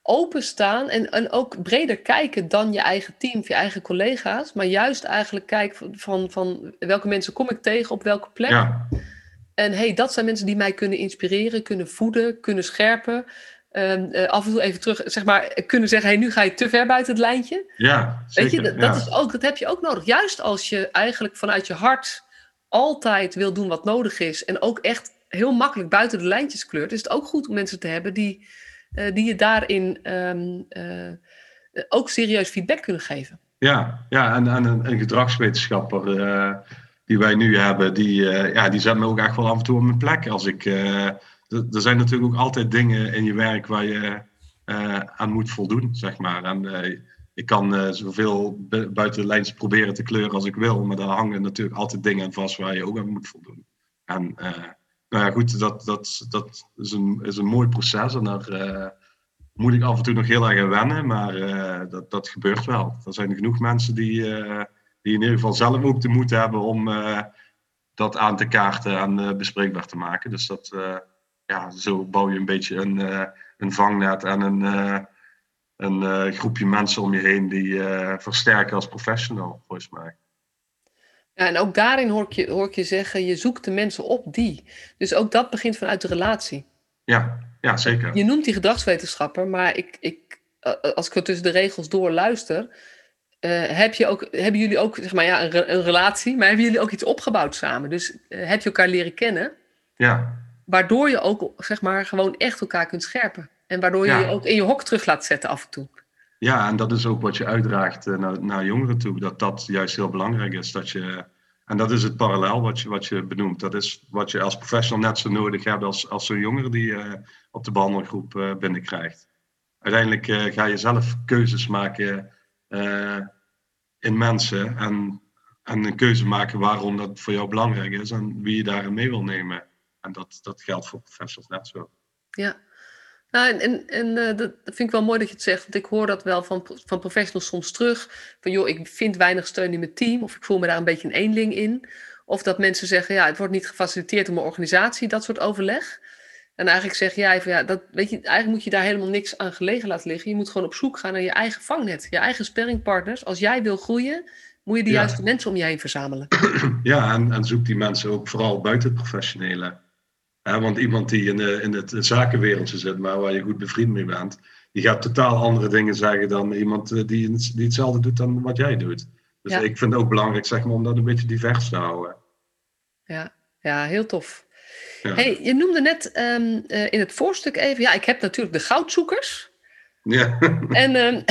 openstaan en, en ook breder kijken dan je eigen team of je eigen collega's. Maar juist eigenlijk kijken van, van, van welke mensen kom ik tegen op welke plek. Ja, En hey, dat zijn mensen die mij kunnen inspireren, kunnen voeden, kunnen scherpen. Um, uh, af en toe even terug, zeg maar, kunnen zeggen, hey, nu ga je te ver buiten het lijntje. ja, Weet zeker. je, dat, dat, ja. is ook, dat heb je ook nodig. Juist als je eigenlijk vanuit je hart altijd wil doen wat nodig is en ook echt heel makkelijk buiten de lijntjes kleurt, is het ook goed om mensen te hebben die, uh, die je daarin um, uh, ook serieus feedback kunnen geven. Ja, ja en, en een, een gedragswetenschapper uh, die wij nu hebben, die, uh, ja, die zet me ook echt wel af en toe op mijn plek. Als ik, uh, d- er zijn natuurlijk ook altijd dingen in je werk waar je uh, aan moet voldoen, zeg maar. En uh, ik kan uh, zoveel bu- buiten de lijntjes proberen te kleuren als ik wil, maar daar hangen natuurlijk altijd dingen aan vast waar je ook aan moet voldoen. En uh, nou ja, goed, dat, dat, dat is, een, is een mooi proces en daar uh, moet ik af en toe nog heel erg aan wennen, maar uh, dat, dat gebeurt wel. Er zijn genoeg mensen die, uh, die in ieder geval zelf ook de moed hebben om uh, dat aan te kaarten en uh, bespreekbaar te maken. Dus dat, uh, ja, zo bouw je een beetje een, uh, een vangnet en een, uh, een uh, groepje mensen om je heen die uh, versterken als professional, volgens mij. Ja, en ook daarin hoor ik, je, hoor ik je zeggen, je zoekt de mensen op die. Dus ook dat begint vanuit de relatie. Ja, ja zeker. Je noemt die gedragswetenschapper, maar ik, ik, als ik er tussen de regels door luister, uh, heb je ook, hebben jullie ook zeg maar, ja, een, re- een relatie, maar hebben jullie ook iets opgebouwd samen? Dus uh, heb je elkaar leren kennen, Ja, waardoor je ook zeg maar, gewoon echt elkaar kunt scherpen. En waardoor je Ja. je ook in je hok terug laat zetten af en toe. ja, en dat is ook wat je uitdraagt uh, naar, naar jongeren toe. Dat dat juist heel belangrijk is. Dat je, en dat is het parallel wat je, wat je benoemt. Dat is wat je als professional net zo nodig hebt als, als zo'n jongere die je uh, op de behandelgroep uh, binnenkrijgt. Uiteindelijk uh, ga je zelf keuzes maken uh, in mensen. En, en een keuze maken waarom dat voor jou belangrijk is. En wie je daarin mee wil nemen. En dat, dat geldt voor professionals net zo. Ja. Nou, en en, en uh, dat, dat vind ik wel mooi dat je het zegt. Want ik hoor dat wel van, van professionals soms terug. Van joh, ik vind weinig steun in mijn team. Of ik voel me daar een beetje een eenling in. Of dat mensen zeggen, ja, het wordt niet gefaciliteerd door mijn organisatie. Dat soort overleg. En eigenlijk zeg jij van ja, dat, weet je, eigenlijk moet je daar helemaal niks aan gelegen laten liggen. Je moet gewoon op zoek gaan naar je eigen vangnet. Je eigen sparringpartners. Als jij wil groeien, moet je de Ja. juiste mensen om je heen verzamelen. Ja, en, en zoek die mensen ook vooral buiten het professionele. Ja, want iemand die in, de, in het zakenwereldje zit, maar waar je goed bevriend mee bent, die gaat totaal andere dingen zeggen dan iemand die, die hetzelfde doet dan wat jij doet. Dus Ja. ik vind het ook belangrijk zeg maar, om dat een beetje divers te houden. Ja, ja, heel tof. Ja. Hey, je noemde net um, uh, in het voorstuk even, ja, ik heb natuurlijk de goudzoekers. Ja. En um,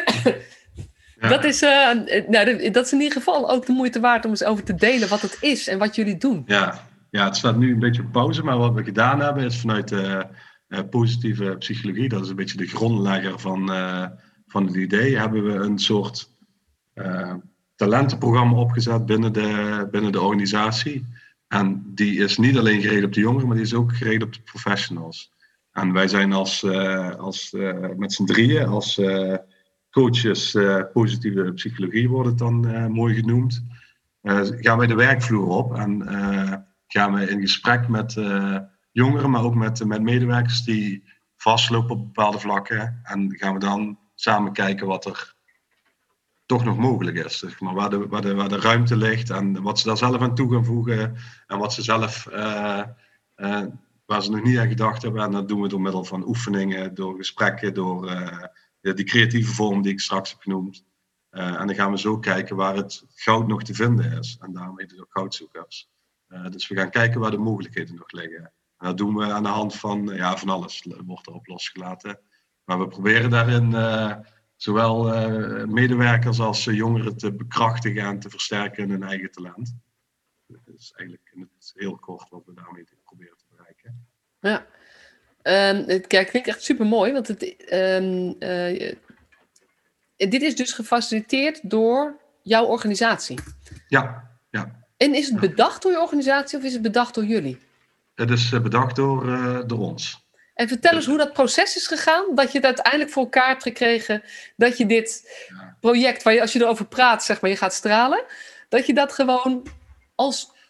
Ja. dat, is, uh, nou, dat is in ieder geval ook de moeite waard om eens over te delen wat het is en wat jullie doen. Ja. Ja, het staat nu een beetje op pauze, maar wat we gedaan hebben is vanuit de uh, positieve psychologie, dat is een beetje de grondlegger van, uh, van het idee, hebben we een soort uh, talentenprogramma opgezet binnen de, binnen de organisatie. En die is niet alleen gericht op de jongeren, maar die is ook gericht op de professionals. En wij zijn als, uh, als, uh, met z'n drieën, als uh, coaches uh, positieve psychologie wordt het dan uh, mooi genoemd, uh, gaan wij de werkvloer op en uh, gaan we in gesprek met uh, jongeren, maar ook met, met medewerkers die vastlopen op bepaalde vlakken. En gaan we dan samen kijken wat er toch nog mogelijk is. Zeg maar, waar, de, waar, de, waar de ruimte ligt en wat ze daar zelf aan toe gaan voegen. En wat ze zelf, uh, uh, waar ze nog niet aan gedacht hebben. En dat doen we door middel van oefeningen, door gesprekken, door uh, die creatieve vorm die ik straks heb genoemd. Uh, en dan gaan we zo kijken waar het goud nog te vinden is. En daarom heet het ook goudzoekers. Uh, dus we gaan kijken waar de mogelijkheden nog liggen. En dat doen we aan de hand van, ja, van alles wordt erop losgelaten. Maar we proberen daarin uh, zowel uh, medewerkers als uh, jongeren te bekrachtigen en te versterken in hun eigen talent. Dat is eigenlijk in het heel kort wat we daarmee proberen te bereiken. Ja, um, het kijk, klinkt echt super mooi, want het, um, uh, dit is dus gefaciliteerd door jouw organisatie. Ja, ja. En is het bedacht door je organisatie of is het bedacht door jullie? Het is bedacht door, uh, door ons. En vertel eens hoe dat proces is gegaan, dat je het uiteindelijk voor elkaar hebt gekregen, dat je dit project, waar je als je erover praat, zeg maar, je gaat stralen, dat je dat gewoon als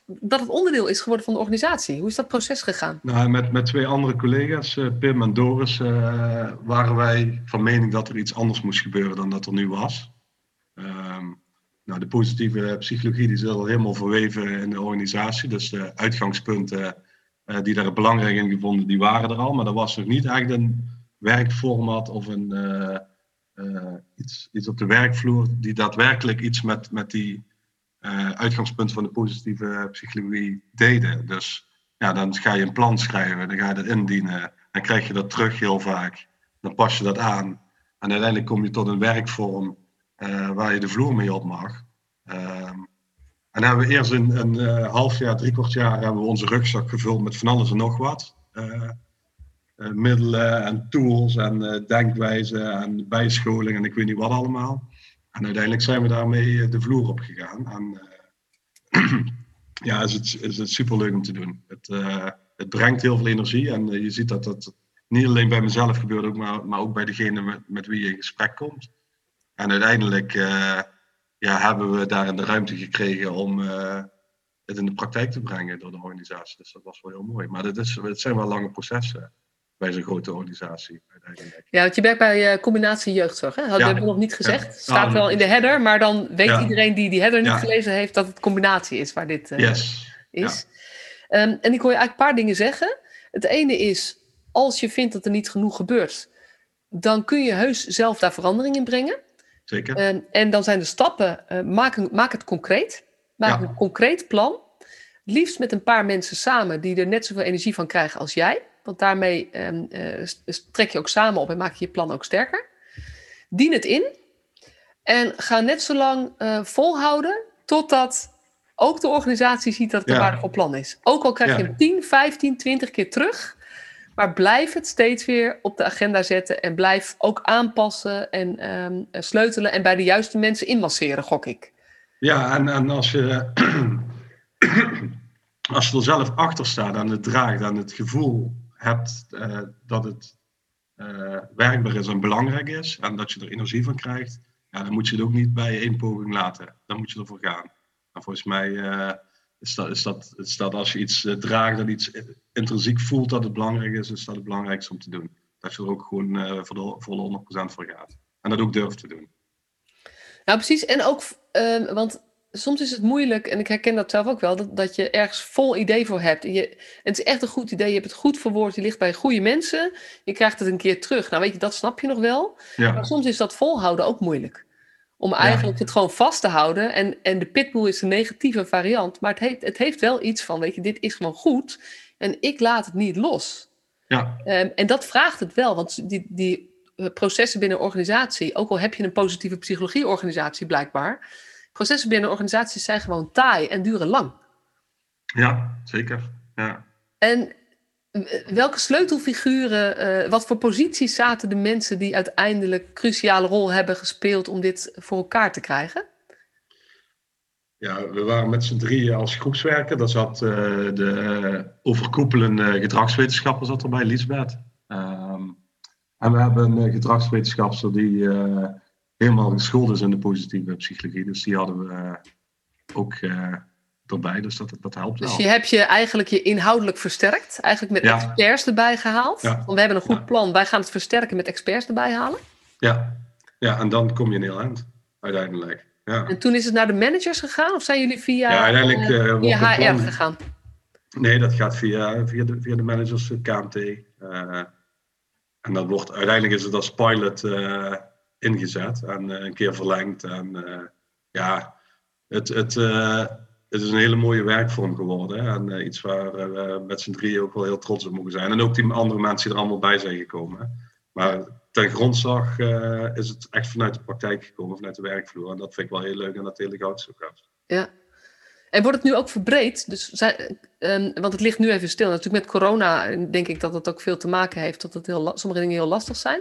dat het onderdeel is geworden van de organisatie. Hoe is dat proces gegaan? Nou, met, met twee andere collega's, uh, Pim en Doris, uh, waren wij van mening dat er iets anders moest gebeuren dan dat er nu was. Um, nou, de positieve psychologie die zit al helemaal verweven in de organisatie. Dus de uitgangspunten uh, die daar belangrijk in gevonden, die waren er al. Maar er was nog niet echt een werkformat of een, uh, uh, iets, iets op de werkvloer die daadwerkelijk iets met, met die uh, uitgangspunten van de positieve psychologie deden. Dus ja, dan ga je een plan schrijven, dan ga je dat indienen, dan krijg je dat terug heel vaak. Dan pas je dat aan en uiteindelijk kom je tot een werkvorm uh, waar je de vloer mee op mag. Uh, en dan hebben we eerst een, een uh, half jaar, drie kwart jaar hebben we onze rugzak gevuld met van alles en nog wat. Uh, uh, middelen en tools en uh, denkwijzen en bijscholing en ik weet niet wat allemaal. En uiteindelijk zijn we daarmee de vloer op gegaan. En uh, ja, is het, is het superleuk om te doen. Het, uh, het brengt heel veel energie en uh, je ziet dat dat niet alleen bij mezelf gebeurt, ook, maar, maar ook bij degene met, met wie je in gesprek komt. En uiteindelijk uh, ja, hebben we daarin de ruimte gekregen om uh, het in de praktijk te brengen door de organisatie. Dus dat was wel heel mooi. Maar dat is, het zijn wel lange processen bij zo'n grote organisatie uiteindelijk. Ja, want je werkt bij uh, Combinatie Jeugdzorg, hè? Dat ja. hebben we nog niet gezegd. Het ja. staat ah, wel in de header, maar dan weet ja. iedereen die die header niet ja. gelezen heeft dat het Combinatie is waar dit uh, yes. is. Ja. Um, en ik hoor je eigenlijk een paar dingen zeggen. Het ene is, als je vindt dat er niet genoeg gebeurt, dan kun je heus zelf daar verandering in brengen. Zeker. Um, en dan zijn de stappen, uh, maak, een, maak het concreet. Maak ja. een concreet plan. Liefst met een paar mensen samen die er net zoveel energie van krijgen als jij. Want daarmee um, uh, trek je ook samen op en maak je je plan ook sterker. Dien het in. En ga net zo lang uh, volhouden totdat ook de organisatie ziet dat het ja. een waardevol plan is. Ook al krijg ja. je hem tien, vijftien, twintig keer terug. Maar blijf het steeds weer op de agenda zetten. En blijf ook aanpassen en um, sleutelen. En bij de juiste mensen inmasseren, gok ik. Ja, en, en als je... als je er zelf achter staat en het draagt en het gevoel hebt uh, dat het uh, werkbaar is en belangrijk is en dat je er energie van krijgt, ja, dan moet je het ook niet bij één poging laten. Dan moet je ervoor gaan. En volgens mij uh, is, dat, is, dat, is dat als je iets uh, draagt en iets intrinsiek voelt dat het belangrijk is, is dat het belangrijkste om te doen. Dat je er ook gewoon uh, voor de volle honderd procent voor gaat. En dat ook durft te doen. Nou, precies. En ook, uh, want soms is het moeilijk, en ik herken dat zelf ook wel, dat, dat je ergens vol idee voor hebt. En je, het is echt een goed idee, je hebt het goed verwoord, je ligt bij goede mensen, je krijgt het een keer terug. Nou weet je, dat snap je nog wel. Ja. Maar soms is dat volhouden ook moeilijk. Om eigenlijk ja. het gewoon vast te houden. En, en de pitbull is een negatieve variant, maar het heeft, het heeft wel iets van, weet je, dit is gewoon goed. En ik laat het niet los. Ja. Um, en dat vraagt het wel, want die, die processen binnen een organisatie, ook al heb je een positieve psychologie-organisatie blijkbaar, processen binnen organisaties zijn gewoon taai en duren lang. Ja, zeker. Ja. En welke sleutelfiguren, uh, wat voor posities zaten de mensen die uiteindelijk een cruciale rol hebben gespeeld om dit voor elkaar te krijgen? Ja, we waren met z'n drieën als groepswerker. Daar zat uh, de overkoepelende gedragswetenschapper zat erbij, Liesbeth. Um, en we hebben een gedragswetenschapper die uh, helemaal geschoold is in de positieve psychologie. Dus die hadden we uh, ook uh, erbij. Dus dat, dat helpt wel. Dus je hebt je eigenlijk je inhoudelijk versterkt. Eigenlijk met ja. experts erbij gehaald. Ja. Want we hebben een goed ja. plan. Wij gaan het versterken met experts erbij halen. Ja, ja en dan kom je een heel eind uiteindelijk. Ja. En toen is het naar de managers gegaan? Of zijn jullie via, ja, uiteindelijk, uh, via H R plan... gegaan? Nee, dat gaat via, via, de, via de managers, K M T. Uh, en dat wordt, uiteindelijk is het als pilot uh, ingezet. En uh, een keer verlengd. En uh, ja, het, het, uh, het is een hele mooie werkvorm geworden. En uh, iets waar we met z'n drieën ook wel heel trots op mogen zijn. En ook die andere mensen die er allemaal bij zijn gekomen. Maar ten grondslag uh, is het echt vanuit de praktijk gekomen, vanuit de werkvloer. En dat vind ik wel heel leuk en dat hele goudzoek gaat. Ja. En wordt het nu ook verbreed? Dus, zijn, um, want het ligt nu even stil. Natuurlijk met corona denk ik dat het ook veel te maken heeft. Dat het heel, sommige dingen heel lastig zijn.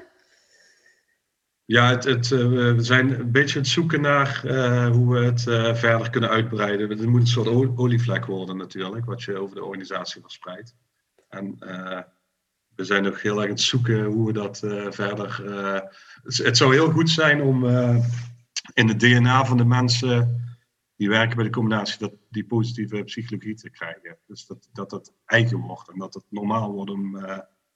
Ja, het, het, uh, we zijn een beetje aan het zoeken naar uh, hoe we het uh, verder kunnen uitbreiden. Het moet een soort olievlek worden natuurlijk, wat je over de organisatie verspreidt. En uh, we zijn nog heel erg aan het zoeken hoe we dat uh, verder... Uh, het, het zou heel goed zijn om uh, in het D N A van de mensen die werken bij de combinatie, dat, die positieve psychologie te krijgen. Dus dat, dat het eigen wordt en dat het normaal wordt om uh,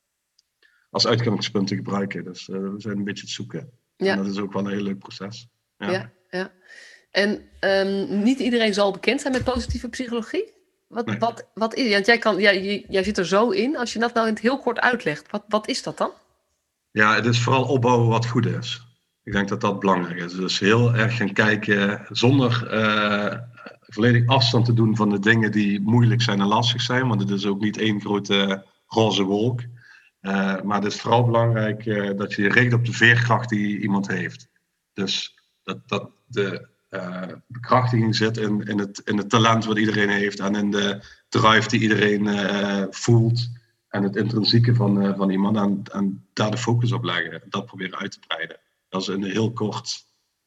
als uitgangspunt te gebruiken. Dus uh, we zijn een beetje het zoeken. Ja. En dat is ook wel een heel leuk proces. Ja, ja. ja. En um, niet iedereen zal bekend zijn met positieve psychologie? Wat, nee. wat, wat is, want jij, kan, jij, jij zit er zo in. Als je dat nou in het heel kort uitlegt, wat, wat is dat dan? Ja, het is vooral opbouwen wat goed is. Ik denk dat dat belangrijk is. Dus heel erg gaan kijken zonder uh, volledig afstand te doen van de dingen die moeilijk zijn en lastig zijn. Want het is ook niet één grote roze wolk. Uh, maar het is vooral belangrijk uh, dat je je richt op de veerkracht die iemand heeft. Dus dat, dat de uh, bekrachtiging zit in, in, het, in het talent wat iedereen heeft. En in de drive die iedereen uh, voelt. En het intrinsieke van, uh, van iemand. En, en daar de focus op leggen. Dat proberen uit te breiden. Dat is een heel kort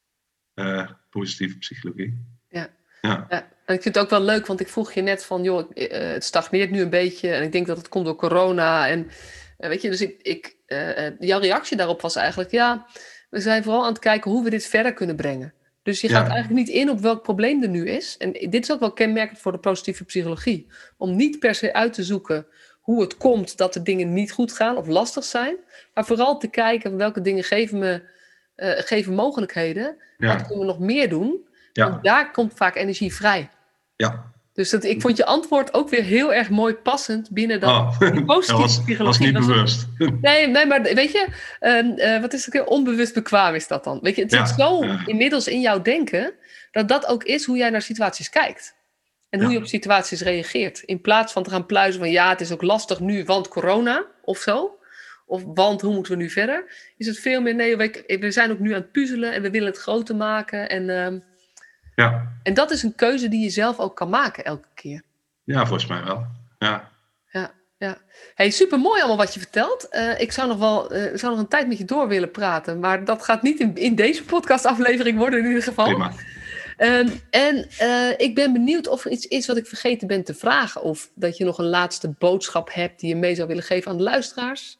uh, positieve psychologie. Ja. Ja. ja, en ik vind het ook wel leuk, want ik vroeg je net van, joh, uh, het stagneert nu een beetje en ik denk dat het komt door corona. En uh, weet je, dus ik, ik, uh, jouw reactie daarop was eigenlijk, ja, we zijn vooral aan het kijken hoe we dit verder kunnen brengen. Dus je gaat ja. eigenlijk niet in op welk probleem er nu is. En dit is ook wel kenmerkend voor de positieve psychologie. Om niet per se uit te zoeken hoe het komt dat de dingen niet goed gaan of lastig zijn. Maar vooral te kijken welke dingen geven me uh, geven mogelijkheden. Ja. Wat kunnen we nog meer doen? Ja. Want daar komt vaak energie vrij. Ja. Dus dat, ik vond je antwoord ook weer heel erg mooi passend binnen dat, oh. die positieve was, psychologie. was niet bewust. Nee, nee, maar weet je, uh, uh, wat is het? Onbewust bekwaam is dat dan. Weet je, het zit ja. zo ja. inmiddels in jouw denken, dat dat ook is hoe jij naar situaties kijkt. En ja. hoe je op situaties reageert. In plaats van te gaan pluizen van ja, het is ook lastig nu, want corona of zo. Of want hoe moeten we nu verder? Is het veel meer, nee, we, we zijn ook nu aan het puzzelen en we willen het groter maken. En, uh, ja. en dat is een keuze die je zelf ook kan maken elke keer. Ja, volgens mij wel. Ja. Ja, ja. Hey, supermooi allemaal wat je vertelt. Uh, ik zou nog wel uh, zou nog een tijd met je door willen praten. Maar dat gaat niet in, in deze podcastaflevering worden in ieder geval. Prima. Um, en uh, ik ben benieuwd of er iets is wat ik vergeten ben te vragen. Of dat je nog een laatste boodschap hebt die je mee zou willen geven aan de luisteraars.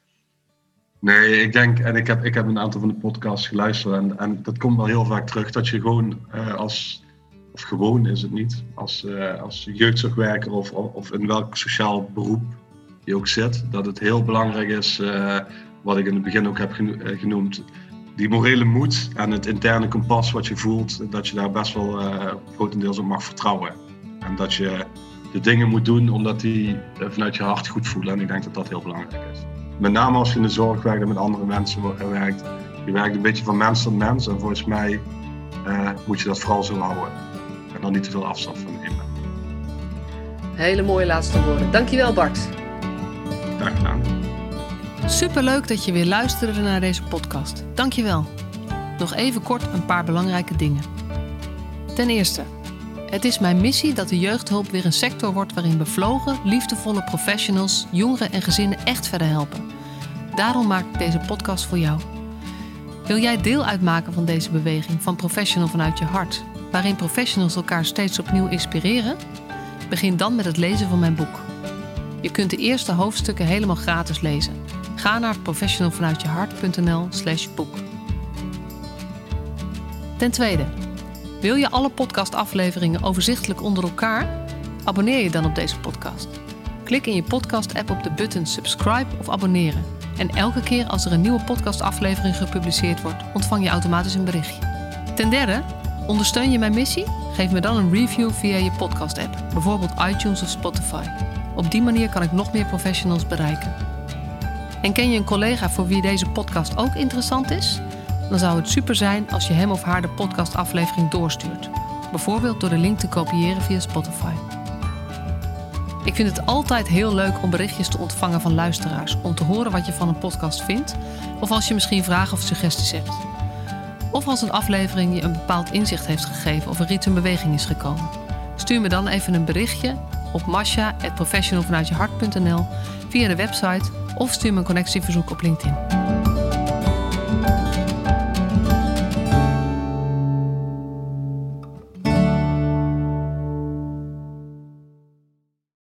Nee, ik denk, en ik heb, ik heb een aantal van de podcasts geluisterd. En, en dat komt wel heel vaak terug. Dat je gewoon uh, als, of gewoon is het niet, als, uh, als jeugdzorgwerker of, of in welk sociaal beroep je ook zit. Dat het heel belangrijk is, uh, wat ik in het begin ook heb genoemd. Die morele moed en het interne kompas wat je voelt, dat je daar best wel uh, grotendeels op mag vertrouwen. En dat je de dingen moet doen omdat die uh, vanuit je hart goed voelen. En ik denk dat dat heel belangrijk is. Met name als je in de zorg werkt en met andere mensen werkt. Je werkt een beetje van mens tot mens. En volgens mij uh, moet je dat vooral zo houden. En dan niet te veel afstand van nemen. Hele mooie laatste woorden. Dankjewel Bart. Graag gedaan. Superleuk dat je weer luisterde naar deze podcast. Dankjewel. Nog even kort een paar belangrijke dingen. Ten eerste, het is mijn missie dat de jeugdhulp weer een sector wordt waarin bevlogen, liefdevolle professionals jongeren en gezinnen echt verder helpen. Daarom maak ik deze podcast voor jou. Wil jij deel uitmaken van deze beweging van Professional vanuit je hart, waarin professionals elkaar steeds opnieuw inspireren? Begin dan met het lezen van mijn boek. Je kunt de eerste hoofdstukken helemaal gratis lezen. Ga naar professionalvanuitjehart.nl slash boek. Ten tweede, wil je alle podcastafleveringen overzichtelijk onder elkaar? Abonneer je dan op deze podcast. Klik in je podcast-app op de button subscribe of abonneren. En elke keer als er een nieuwe podcastaflevering gepubliceerd wordt, ontvang je automatisch een berichtje. Ten derde, ondersteun je mijn missie? Geef me dan een review via je podcast-app, bijvoorbeeld iTunes of Spotify. Op die manier kan ik nog meer professionals bereiken. En ken je een collega voor wie deze podcast ook interessant is? Dan zou het super zijn als je hem of haar de podcastaflevering doorstuurt. Bijvoorbeeld door de link te kopiëren via Spotify. Ik vind het altijd heel leuk om berichtjes te ontvangen van luisteraars, om te horen wat je van een podcast vindt, of als je misschien vragen of suggesties hebt. Of als een aflevering je een bepaald inzicht heeft gegeven of er iets in beweging is gekomen. Stuur me dan even een berichtje op masha at professionalvanuitjehart punt n l via de website of stuur me een connectieverzoek op LinkedIn.